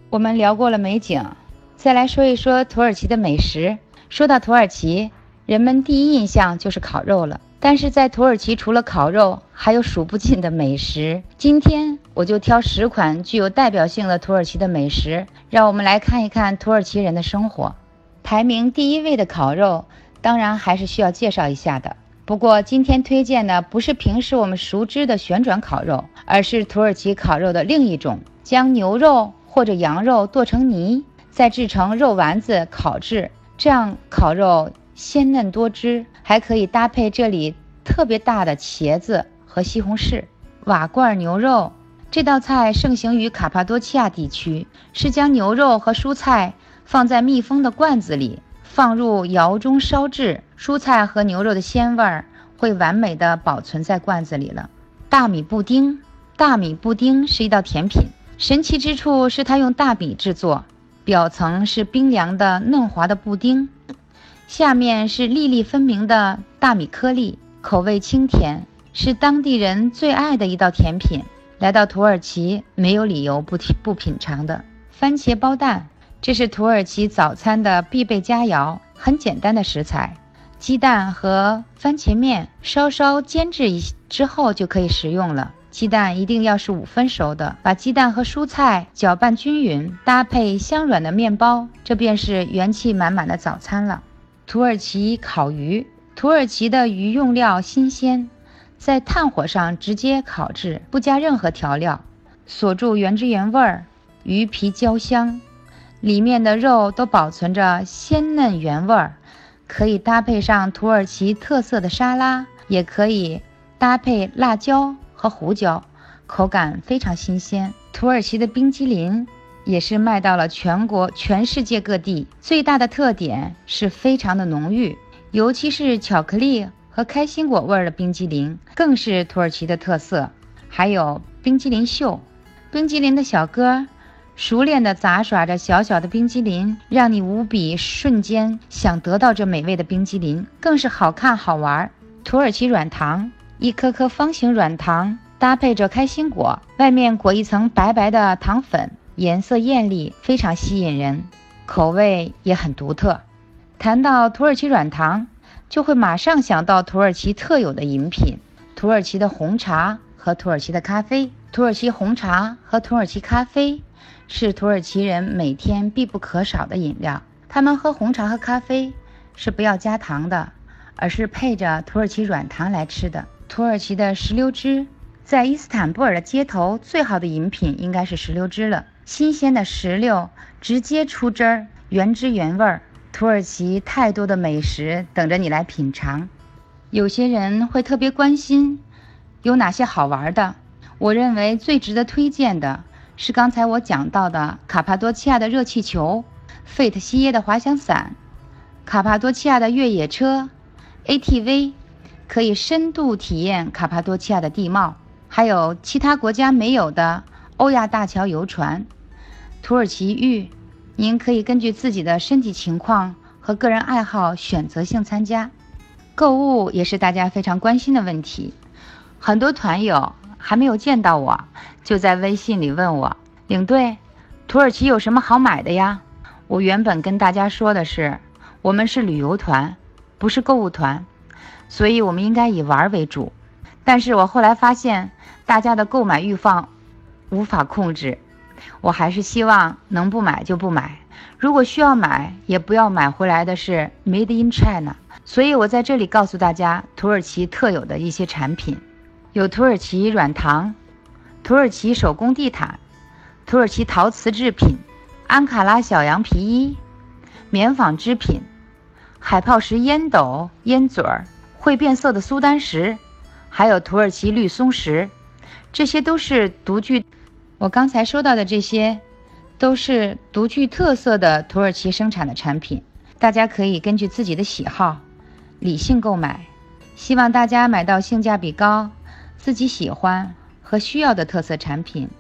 我们聊过了美景，再来说一说土耳其的美食。说到土耳其，人们第一印象就是烤肉了。但是在土耳其除了烤肉，还有数不尽的美食。今天我就挑10款具有代表性的土耳其的美食，让我们来看一看土耳其人的生活。排名第1位的烤肉，当然还是需要介绍一下的。不过今天推荐的不是平时我们熟知的旋转烤肉，而是土耳其烤肉的另一种，将牛肉或者羊肉剁成泥，再制成肉丸子烤制，这样烤肉鲜嫩多汁，还可以搭配这里特别大的茄子和西红柿。瓦罐牛肉这道菜盛行于卡帕多奇亚地区，是将牛肉和蔬菜放在密封的罐子里，放入窑中烧制，蔬菜和牛肉的鲜味会完美的保存在罐子里了。大米布丁，大米布丁是一道甜品，神奇之处是它用大米制作，表层是冰凉的嫩滑的布丁，下面是粒粒分明的大米颗粒，口味清甜，是当地人最爱的一道甜品。来到土耳其，没有理由不品尝的。番茄包蛋，这是土耳其早餐的必备佳肴，很简单的食材，鸡蛋和番茄面稍稍煎制之后就可以食用了。鸡蛋一定要是5分熟的，把鸡蛋和蔬菜搅拌均匀，搭配香软的面包，这便是元气满满的早餐了。土耳其烤鱼，土耳其的鱼用料新鲜，在炭火上直接烤制，不加任何调料，锁住原汁原味儿，鱼皮焦香，里面的肉都保存着鲜嫩原味儿，可以搭配上土耳其特色的沙拉，也可以搭配辣椒和胡椒，口感非常新鲜。土耳其的冰激凌也是卖到了全世界各地，最大的特点是非常的浓郁，尤其是巧克力和开心果味的冰激凌更是土耳其的特色。还有冰激凌秀，冰激凌的小哥熟练地杂耍着小小的冰激凌，让你无比瞬间想得到这美味的冰激凌，更是好看好玩。土耳其软糖，一颗颗方形软糖搭配着开心果，外面裹一层白白的糖粉，颜色艳丽，非常吸引人，口味也很独特。谈到土耳其软糖，就会马上想到土耳其特有的饮品，土耳其的红茶和土耳其的咖啡。土耳其红茶和土耳其咖啡是土耳其人每天必不可少的饮料，他们喝红茶和咖啡是不要加糖的，而是配着土耳其软糖来吃的。土耳其的石榴汁，在伊斯坦布尔的街头，最好的饮品应该是石榴汁了。新鲜的石榴直接出汁儿，原汁原味儿。土耳其太多的美食等着你来品尝。有些人会特别关心有哪些好玩的，我认为最值得推荐的是刚才我讲到的卡帕多奇亚的热气球，费特西耶的滑翔伞，卡帕多奇亚的越野车 ATV， 可以深度体验卡帕多奇亚的地貌，还有其他国家没有的欧亚大桥游船。土耳其浴，您可以根据自己的身体情况和个人爱好选择性参加。购物也是大家非常关心的问题，很多团友还没有见到我，就在微信里问我，领队，土耳其有什么好买的呀？我原本跟大家说的是，我们是旅游团，不是购物团，所以我们应该以玩为主。但是我后来发现大家的购买欲望无法控制，我还是希望能不买就不买，如果需要买，也不要买回来的是 Made in China。 所以我在这里告诉大家土耳其特有的一些产品，有土耳其软糖，土耳其手工地毯，土耳其陶瓷制品，安卡拉小羊皮衣，棉纺织品，海泡石烟斗、烟嘴儿，会变色的苏丹石，还有土耳其绿松石，这些都是我刚才说到的这些都是独具特色的土耳其生产的产品，大家可以根据自己的喜好理性购买，希望大家买到性价比高、自己喜欢和需要的特色产品。